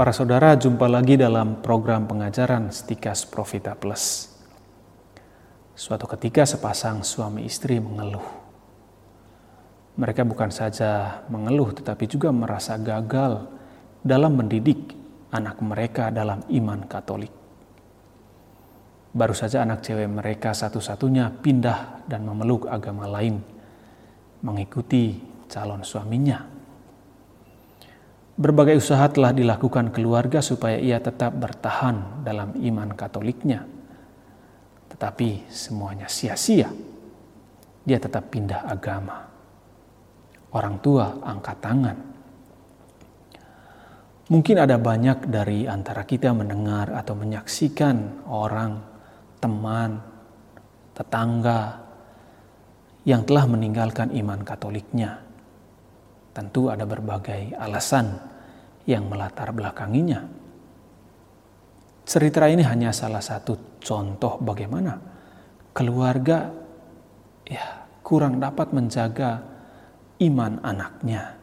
Para saudara, jumpa lagi dalam program pengajaran Stikas Profita Plus. Suatu ketika sepasang suami istri mengeluh. Mereka bukan saja mengeluh tetapi juga merasa gagal dalam mendidik anak mereka dalam iman Katolik. Baru saja anak cewek mereka satu-satunya pindah dan memeluk agama lain, mengikuti calon suaminya. Berbagai usaha telah dilakukan keluarga supaya ia tetap bertahan dalam iman Katoliknya. Tetapi semuanya sia-sia. Dia tetap pindah agama. Orang tua angkat tangan. Mungkin ada banyak dari antara kita mendengar atau menyaksikan orang, teman, tetangga yang telah meninggalkan iman Katoliknya. Tentu ada berbagai alasan yang melatar belakanginya. Cerita ini hanya salah satu contoh bagaimana keluarga kurang dapat menjaga iman anaknya.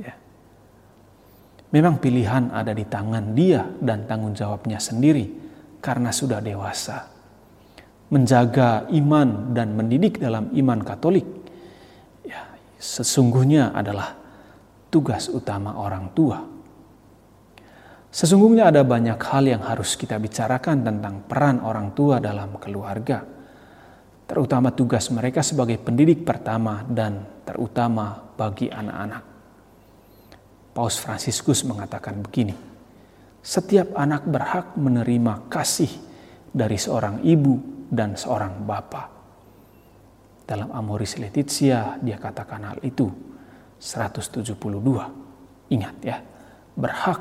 Memang pilihan ada di tangan dia dan tanggung jawabnya sendiri karena sudah dewasa. Menjaga iman dan mendidik dalam iman Katolik sesungguhnya adalah tugas utama orang tua. Sesungguhnya ada banyak hal yang harus kita bicarakan tentang peran orang tua dalam keluarga, terutama tugas mereka sebagai pendidik pertama dan terutama bagi anak-anak. Paus Fransiskus mengatakan begini, setiap anak berhak menerima kasih dari seorang ibu dan seorang bapa. Dalam Amoris Laetitia dia katakan hal itu 172. Ingat ya, berhak.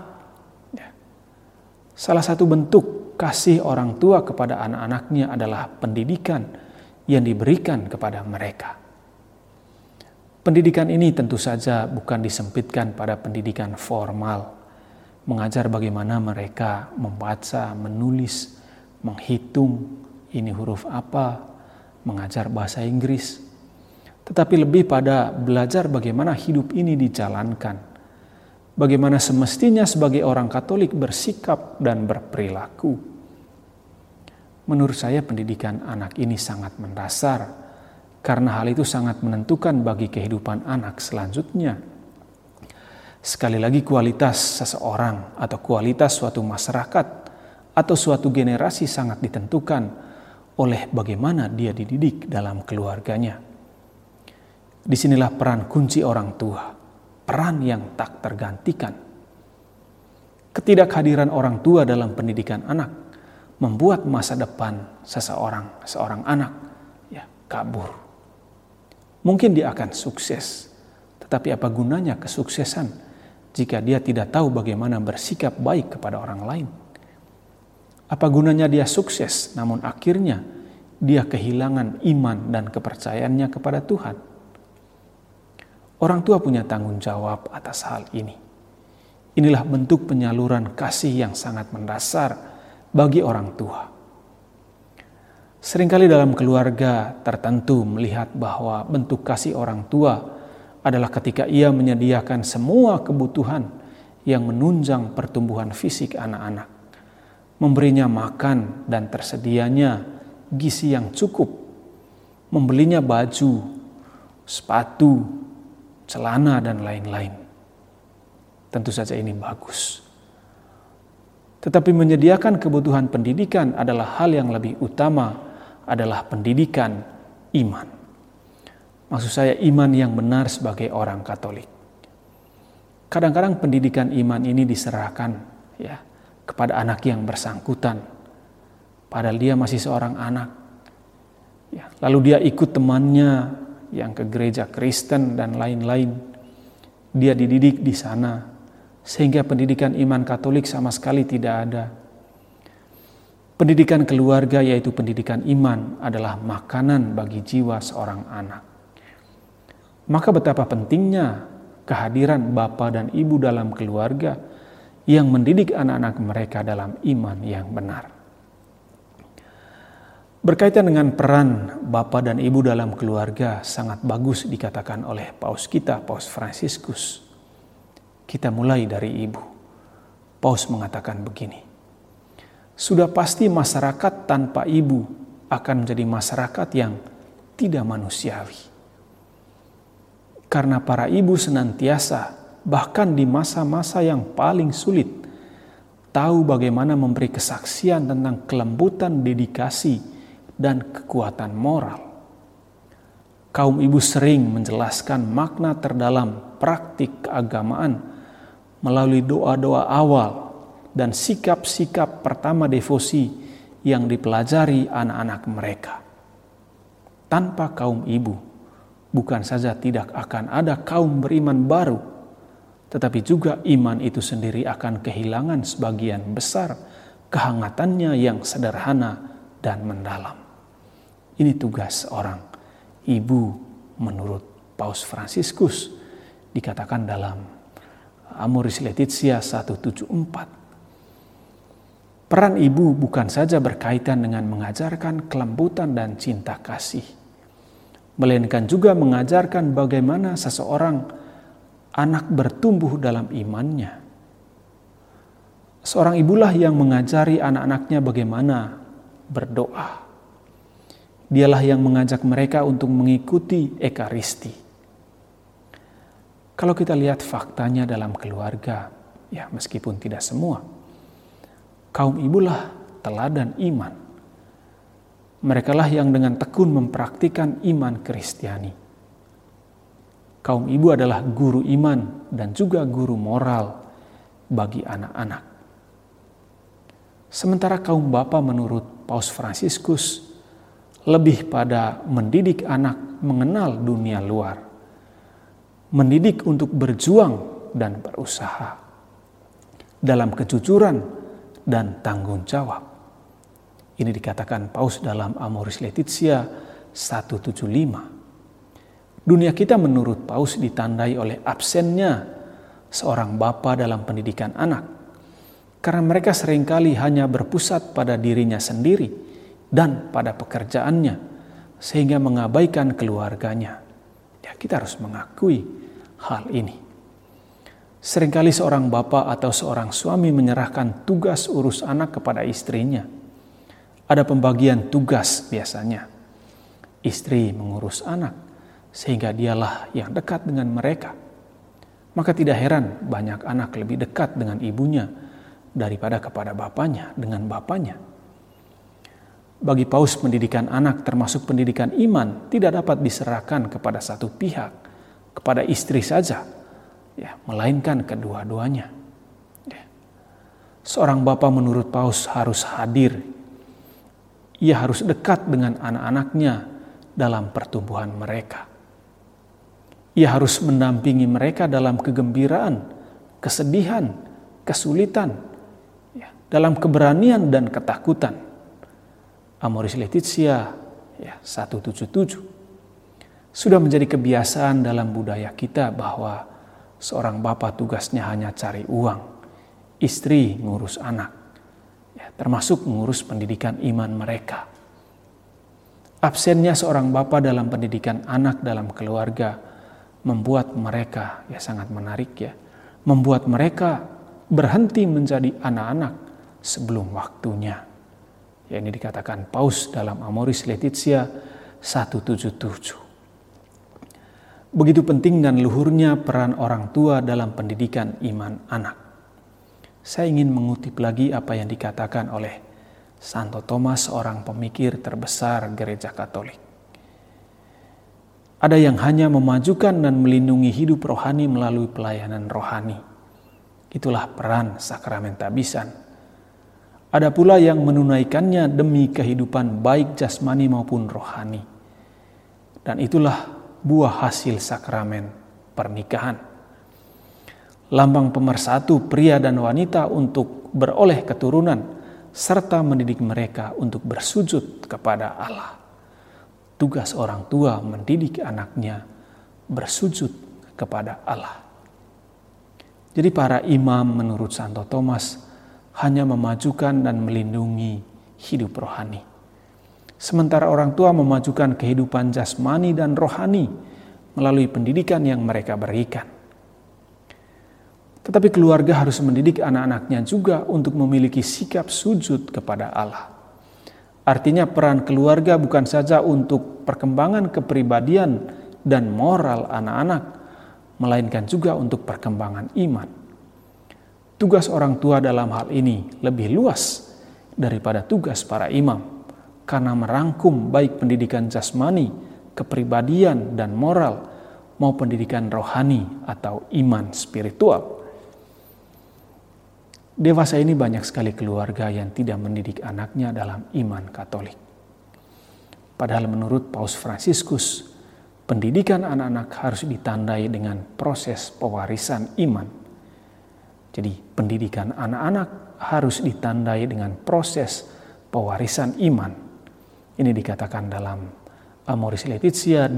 Salah satu bentuk kasih orang tua kepada anak-anaknya adalah pendidikan yang diberikan kepada mereka. Pendidikan ini tentu saja bukan disempitkan pada pendidikan formal, mengajar bagaimana mereka membaca, menulis, menghitung, ini huruf apa, mengajar bahasa Inggris. Tetapi lebih pada belajar bagaimana hidup ini dijalankan. Bagaimana semestinya sebagai orang Katolik bersikap dan berperilaku. Menurut saya pendidikan anak ini sangat mendasar, karena hal itu sangat menentukan bagi kehidupan anak selanjutnya. Sekali lagi kualitas seseorang atau kualitas suatu masyarakat atau suatu generasi sangat ditentukan oleh bagaimana dia dididik dalam keluarganya. Disinilah peran kunci orang tua, peran yang tak tergantikan. Ketidakhadiran orang tua dalam pendidikan anak membuat masa depan seorang anak kabur. Mungkin dia akan sukses, tetapi apa gunanya kesuksesan jika dia tidak tahu bagaimana bersikap baik kepada orang lain? Apa gunanya dia sukses, namun akhirnya dia kehilangan iman dan kepercayaannya kepada Tuhan? Orang tua punya tanggung jawab atas hal ini. Inilah bentuk penyaluran kasih yang sangat mendasar bagi orang tua. Seringkali dalam keluarga tertentu melihat bahwa bentuk kasih orang tua adalah ketika ia menyediakan semua kebutuhan yang menunjang pertumbuhan fisik anak-anak. Memberinya makan dan tersedianya gizi yang cukup. Membelinya baju, sepatu, celana dan lain-lain. Tentu saja ini bagus. Tetapi menyediakan kebutuhan pendidikan adalah hal yang lebih utama, adalah pendidikan iman. Maksud saya iman yang benar sebagai orang Katolik. Kadang-kadang pendidikan iman ini diserahkan kepada anak yang bersangkutan. Padahal dia masih seorang anak. Lalu dia ikut temannya yang ke gereja Kristen dan lain-lain. Dia dididik di sana sehingga pendidikan iman Katolik sama sekali tidak ada. Pendidikan keluarga yaitu pendidikan iman adalah makanan bagi jiwa seorang anak. Maka betapa pentingnya kehadiran bapa dan ibu dalam keluarga yang mendidik anak-anak mereka dalam iman yang benar. Berkaitan dengan peran bapa dan ibu dalam keluarga sangat bagus dikatakan oleh Paus kita, Paus Fransiskus. Kita mulai dari ibu. Paus mengatakan begini, sudah pasti masyarakat tanpa ibu akan menjadi masyarakat yang tidak manusiawi. Karena para ibu senantiasa, bahkan di masa-masa yang paling sulit, tahu bagaimana memberi kesaksian tentang kelembutan dedikasi dan kekuatan moral. Kaum ibu sering menjelaskan makna terdalam praktik keagamaan melalui doa-doa awal dan sikap-sikap pertama devosi yang dipelajari anak-anak mereka. Tanpa kaum ibu, bukan saja tidak akan ada kaum beriman baru, tetapi juga iman itu sendiri akan kehilangan sebagian besar kehangatannya yang sederhana dan mendalam. Ini tugas seorang ibu menurut Paus Fransiskus, dikatakan dalam Amoris Laetitia 174. Peran ibu bukan saja berkaitan dengan mengajarkan kelembutan dan cinta kasih, melainkan juga mengajarkan bagaimana seseorang anak bertumbuh dalam imannya. Seorang ibulah yang mengajari anak-anaknya bagaimana berdoa. Dialah yang mengajak mereka untuk mengikuti Ekaristi. Kalau kita lihat faktanya dalam keluarga, ya meskipun tidak semua, kaum ibulah teladan iman. Merekalah yang dengan tekun mempraktikkan iman Kristiani. Kaum ibu adalah guru iman dan juga guru moral bagi anak-anak. Sementara kaum bapa menurut Paus Fransiskus lebih pada mendidik anak mengenal dunia luar, mendidik untuk berjuang dan berusaha dalam kejujuran dan tanggung jawab. Ini dikatakan Paus dalam Amoris Laetitia 175. Dunia kita menurut Paus ditandai oleh absennya seorang bapa dalam pendidikan anak, karena mereka seringkali hanya berpusat pada dirinya sendiri dan pada pekerjaannya, sehingga mengabaikan keluarganya. Ya, kita harus mengakui hal ini. Seringkali seorang bapa atau seorang suami menyerahkan tugas urus anak kepada istrinya. Ada pembagian tugas biasanya. Istri mengurus anak, sehingga dialah yang dekat dengan mereka. Maka tidak heran banyak anak lebih dekat dengan ibunya daripada kepada bapaknya, dengan bapaknya. Bagi Paus, pendidikan anak termasuk pendidikan iman tidak dapat diserahkan kepada satu pihak, kepada istri saja, ya, melainkan kedua-duanya. Ya. Seorang bapa menurut Paus harus hadir. Ia harus dekat dengan anak-anaknya dalam pertumbuhan mereka. Ia harus mendampingi mereka dalam kegembiraan, kesedihan, kesulitan, ya, dalam keberanian dan ketakutan. Amoris Laetitia 177. Sudah menjadi kebiasaan dalam budaya kita bahwa seorang bapa tugasnya hanya cari uang, istri ngurus anak, ya, termasuk mengurus pendidikan iman mereka. Absennya seorang bapa dalam pendidikan anak dalam keluarga membuat mereka, ya sangat menarik ya, membuat mereka berhenti menjadi anak-anak sebelum waktunya. Ya, ini dikatakan Paus dalam Amoris Laetitia 177. Begitu penting dan luhurnya peran orang tua dalam pendidikan iman anak. Saya ingin mengutip lagi apa yang dikatakan oleh Santo Thomas, seorang pemikir terbesar Gereja Katolik. Ada yang hanya memajukan dan melindungi hidup rohani melalui pelayanan rohani. Itulah peran sakramen tabisan. Ada pula yang menunaikannya demi kehidupan baik jasmani maupun rohani. Dan itulah buah hasil sakramen pernikahan. Lambang pemersatu pria dan wanita untuk beroleh keturunan serta mendidik mereka untuk bersujud kepada Allah. Tugas orang tua mendidik anaknya bersujud kepada Allah. Jadi para imam menurut Santo Thomas hanya memajukan dan melindungi hidup rohani. Sementara orang tua memajukan kehidupan jasmani dan rohani melalui pendidikan yang mereka berikan. Tetapi keluarga harus mendidik anak-anaknya juga untuk memiliki sikap sujud kepada Allah. Artinya peran keluarga bukan saja untuk perkembangan kepribadian dan moral anak-anak, melainkan juga untuk perkembangan iman. Tugas orang tua dalam hal ini lebih luas daripada tugas para imam, karena merangkum baik pendidikan jasmani, kepribadian, dan moral, maupun pendidikan rohani atau iman spiritual. Dewasa ini banyak sekali keluarga yang tidak mendidik anaknya dalam iman Katolik. Padahal menurut Paus Fransiskus, pendidikan anak-anak harus ditandai dengan proses pewarisan iman. Jadi pendidikan anak-anak harus ditandai dengan proses pewarisan iman. Ini dikatakan dalam Amoris Laetitia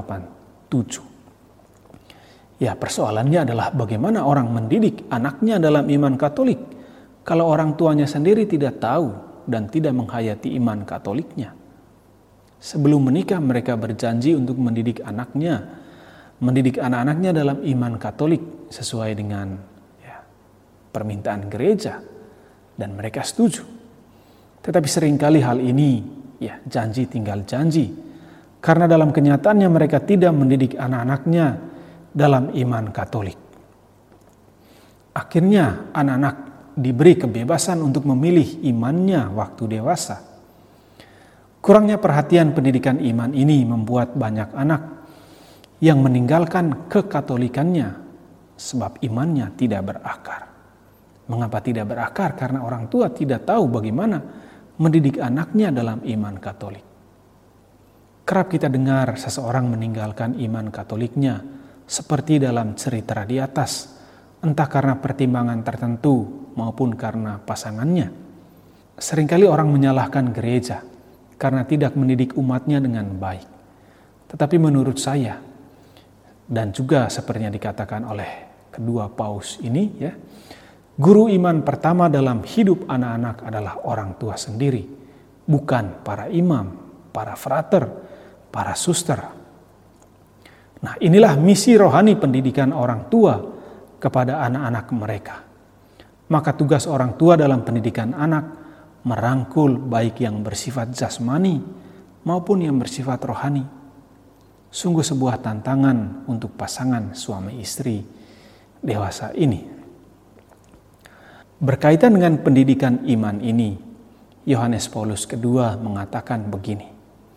287. Ya, persoalannya adalah bagaimana orang mendidik anaknya dalam iman Katolik kalau orang tuanya sendiri tidak tahu dan tidak menghayati iman Katoliknya. Sebelum menikah mereka berjanji untuk mendidik anak-anaknya dalam iman Katolik sesuai dengan permintaan gereja, dan mereka setuju. Tetapi seringkali hal ini janji tinggal janji, karena dalam kenyataannya mereka tidak mendidik anak-anaknya dalam iman Katolik. Akhirnya anak-anak diberi kebebasan untuk memilih imannya waktu dewasa. Kurangnya perhatian pendidikan iman ini membuat banyak anak yang meninggalkan kekatolikannya sebab imannya tidak berakar. Mengapa tidak berakar? Karena orang tua tidak tahu bagaimana mendidik anaknya dalam iman Katolik. Kerap kita dengar seseorang meninggalkan iman Katoliknya seperti dalam cerita di atas, entah karena pertimbangan tertentu maupun karena pasangannya. Seringkali orang menyalahkan gereja karena tidak mendidik umatnya dengan baik. Tetapi menurut saya, dan juga seperti yang dikatakan oleh kedua paus ini, guru iman pertama dalam hidup anak-anak adalah orang tua sendiri, bukan para imam, para frater, para suster. Nah, inilah misi rohani pendidikan orang tua kepada anak-anak mereka. Maka tugas orang tua dalam pendidikan anak merangkul baik yang bersifat jasmani maupun yang bersifat rohani. Sungguh sebuah tantangan untuk pasangan suami istri dewasa ini. Berkaitan dengan pendidikan iman ini, Yohanes Paulus II mengatakan begini.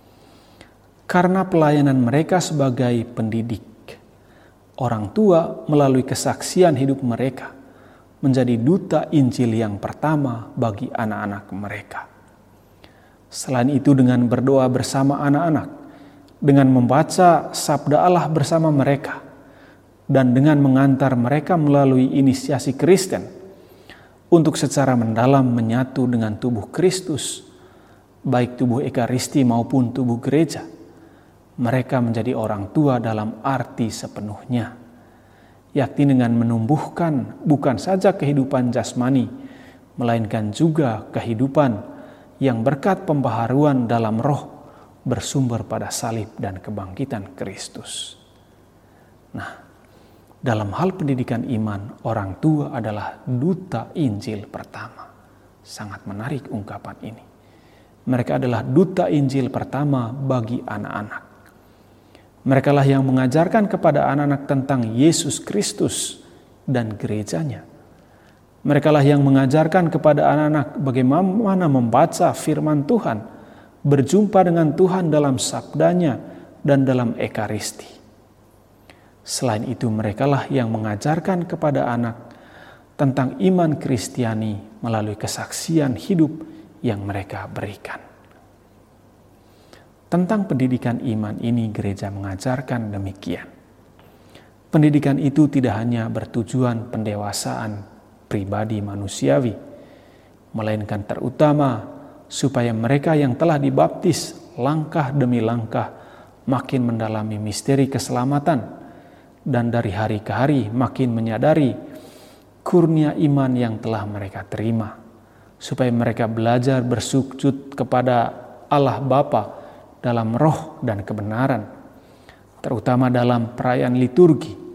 Karena pelayanan mereka sebagai pendidik, orang tua melalui kesaksian hidup mereka menjadi duta Injil yang pertama bagi anak-anak mereka. Selain itu, dengan berdoa bersama anak-anak, dengan membaca sabda Allah bersama mereka, dan dengan mengantar mereka melalui inisiasi Kristen untuk secara mendalam menyatu dengan tubuh Kristus, baik tubuh Ekaristi maupun tubuh gereja, mereka menjadi orang tua dalam arti sepenuhnya, yakni dengan menumbuhkan bukan saja kehidupan jasmani, melainkan juga kehidupan yang berkat pembaharuan dalam roh bersumber pada salib dan kebangkitan Kristus. Nah, dalam hal pendidikan iman, orang tua adalah duta Injil pertama. Sangat menarik ungkapan ini. Mereka adalah duta Injil pertama bagi anak-anak. Mereka lah yang mengajarkan kepada anak-anak tentang Yesus Kristus dan gerejanya. Mereka lah yang mengajarkan kepada anak-anak bagaimana membaca firman Tuhan, berjumpa dengan Tuhan dalam sabdanya dan dalam Ekaristi. Selain itu, mereka lah yang mengajarkan kepada anak tentang iman Kristiani melalui kesaksian hidup yang mereka berikan. Tentang pendidikan iman ini, gereja mengajarkan demikian. Pendidikan itu tidak hanya bertujuan pendewasaan pribadi manusiawi, melainkan terutama supaya mereka yang telah dibaptis langkah demi langkah makin mendalami misteri keselamatan dan dari hari ke hari makin menyadari kurnia iman yang telah mereka terima, supaya mereka belajar bersujud kepada Allah Bapa dalam roh dan kebenaran, terutama dalam perayaan liturgi,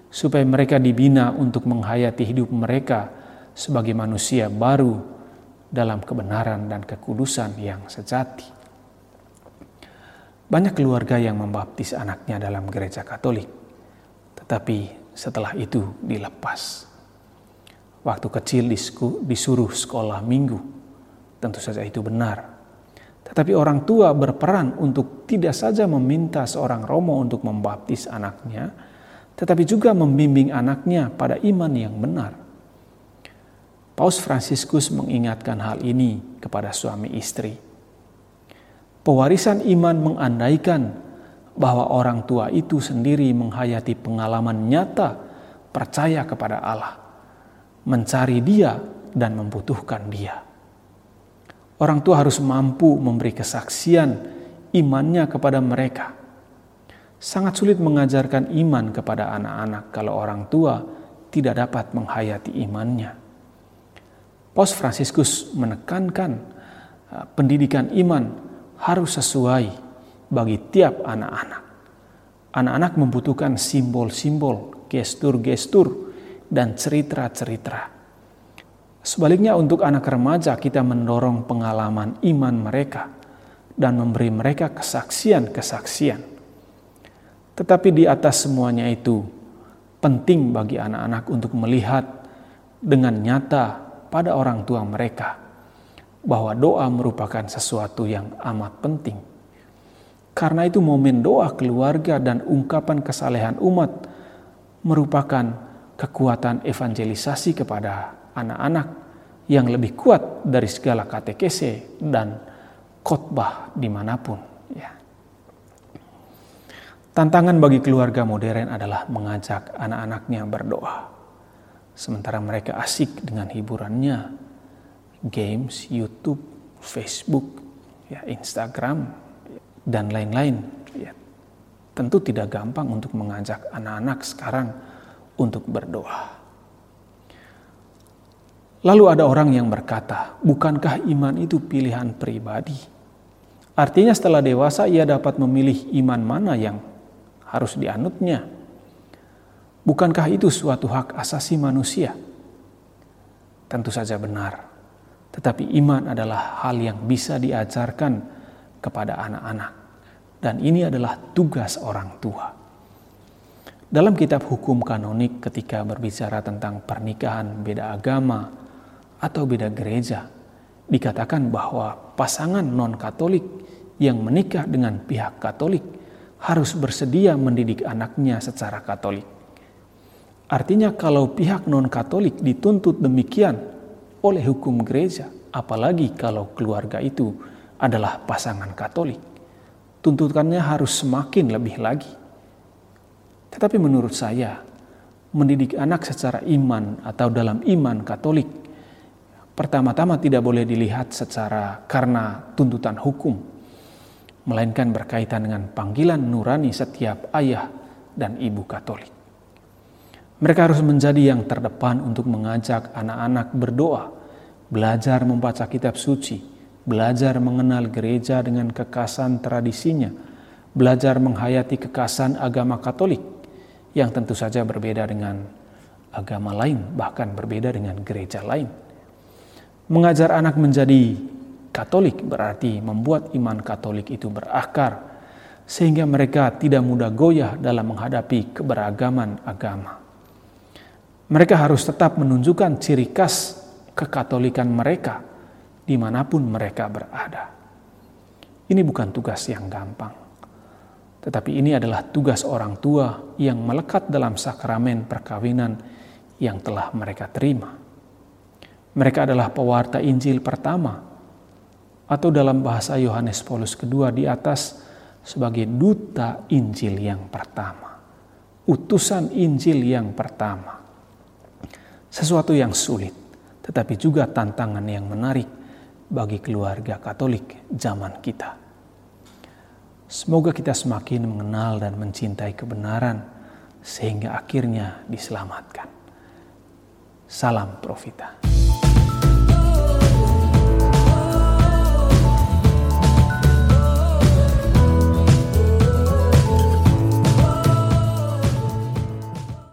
supaya mereka dibina untuk menghayati hidup mereka sebagai manusia baru dalam kebenaran dan kekudusan yang sejati. Banyak keluarga yang membaptis anaknya dalam gereja Katolik, tetapi setelah itu dilepas. Waktu kecil disuruh sekolah minggu, tentu saja itu benar. Tetapi orang tua berperan untuk tidak saja meminta seorang romo untuk membaptis anaknya, tetapi juga membimbing anaknya pada iman yang benar. Paus Fransiskus mengingatkan hal ini kepada suami istri. Pewarisan iman mengandaikan bahwa orang tua itu sendiri menghayati pengalaman nyata percaya kepada Allah, mencari Dia dan membutuhkan Dia. Orang tua harus mampu memberi kesaksian imannya kepada mereka. Sangat sulit mengajarkan iman kepada anak-anak kalau orang tua tidak dapat menghayati imannya. Paus Fransiskus menekankan pendidikan iman harus sesuai bagi tiap anak-anak. Anak-anak membutuhkan simbol-simbol, gestur-gestur, dan cerita-cerita. Sebaliknya untuk anak remaja kita mendorong pengalaman iman mereka dan memberi mereka kesaksian-kesaksian. Tetapi di atas semuanya itu penting bagi anak-anak untuk melihat dengan nyata pada orang tua mereka bahwa doa merupakan sesuatu yang amat penting. Karena itu momen doa keluarga dan ungkapan kesalehan umat merupakan kekuatan evangelisasi kepada anak-anak yang lebih kuat dari segala katekese dan khotbah dimanapun. Ya. Tantangan bagi keluarga modern adalah mengajak anak-anaknya berdoa. Sementara mereka asik dengan hiburannya, games, YouTube, Facebook, ya, Instagram, dan lain-lain. Ya. Tentu tidak gampang untuk mengajak anak-anak sekarang untuk berdoa. Lalu ada orang yang berkata, bukankah iman itu pilihan pribadi? Artinya setelah dewasa ia dapat memilih iman mana yang harus dianutnya. Bukankah itu suatu hak asasi manusia? Tentu saja benar. Tetapi iman adalah hal yang bisa diajarkan kepada anak-anak. Dan ini adalah tugas orang tua. Dalam kitab hukum kanonik ketika berbicara tentang pernikahan beda agama atau beda gereja, dikatakan bahwa pasangan non-Katolik yang menikah dengan pihak Katolik harus bersedia mendidik anaknya secara Katolik. Artinya kalau pihak non-Katolik dituntut demikian oleh hukum gereja, apalagi kalau keluarga itu adalah pasangan Katolik, tuntutannya harus semakin lebih lagi. Tetapi menurut saya, mendidik anak secara iman atau dalam iman Katolik pertama-tama tidak boleh dilihat secara karena tuntutan hukum, melainkan berkaitan dengan panggilan nurani setiap ayah dan ibu Katolik. Mereka harus menjadi yang terdepan untuk mengajak anak-anak berdoa, belajar membaca kitab suci, belajar mengenal gereja dengan kekasan tradisinya, belajar menghayati kekasan agama Katolik yang tentu saja berbeda dengan agama lain, bahkan berbeda dengan gereja lain. Mengajar anak menjadi Katolik berarti membuat iman Katolik itu berakar sehingga mereka tidak mudah goyah dalam menghadapi keberagaman agama. Mereka harus tetap menunjukkan ciri khas kekatolikan mereka dimanapun mereka berada. Ini bukan tugas yang gampang, tetapi ini adalah tugas orang tua yang melekat dalam sakramen perkawinan yang telah mereka terima. Mereka adalah pewarta Injil pertama, atau dalam bahasa Yohanes Paulus II di atas sebagai duta Injil yang pertama, utusan Injil yang pertama. Sesuatu yang sulit, tetapi juga tantangan yang menarik bagi keluarga Katolik zaman kita. Semoga kita semakin mengenal dan mencintai kebenaran sehingga akhirnya diselamatkan. Salam Profita.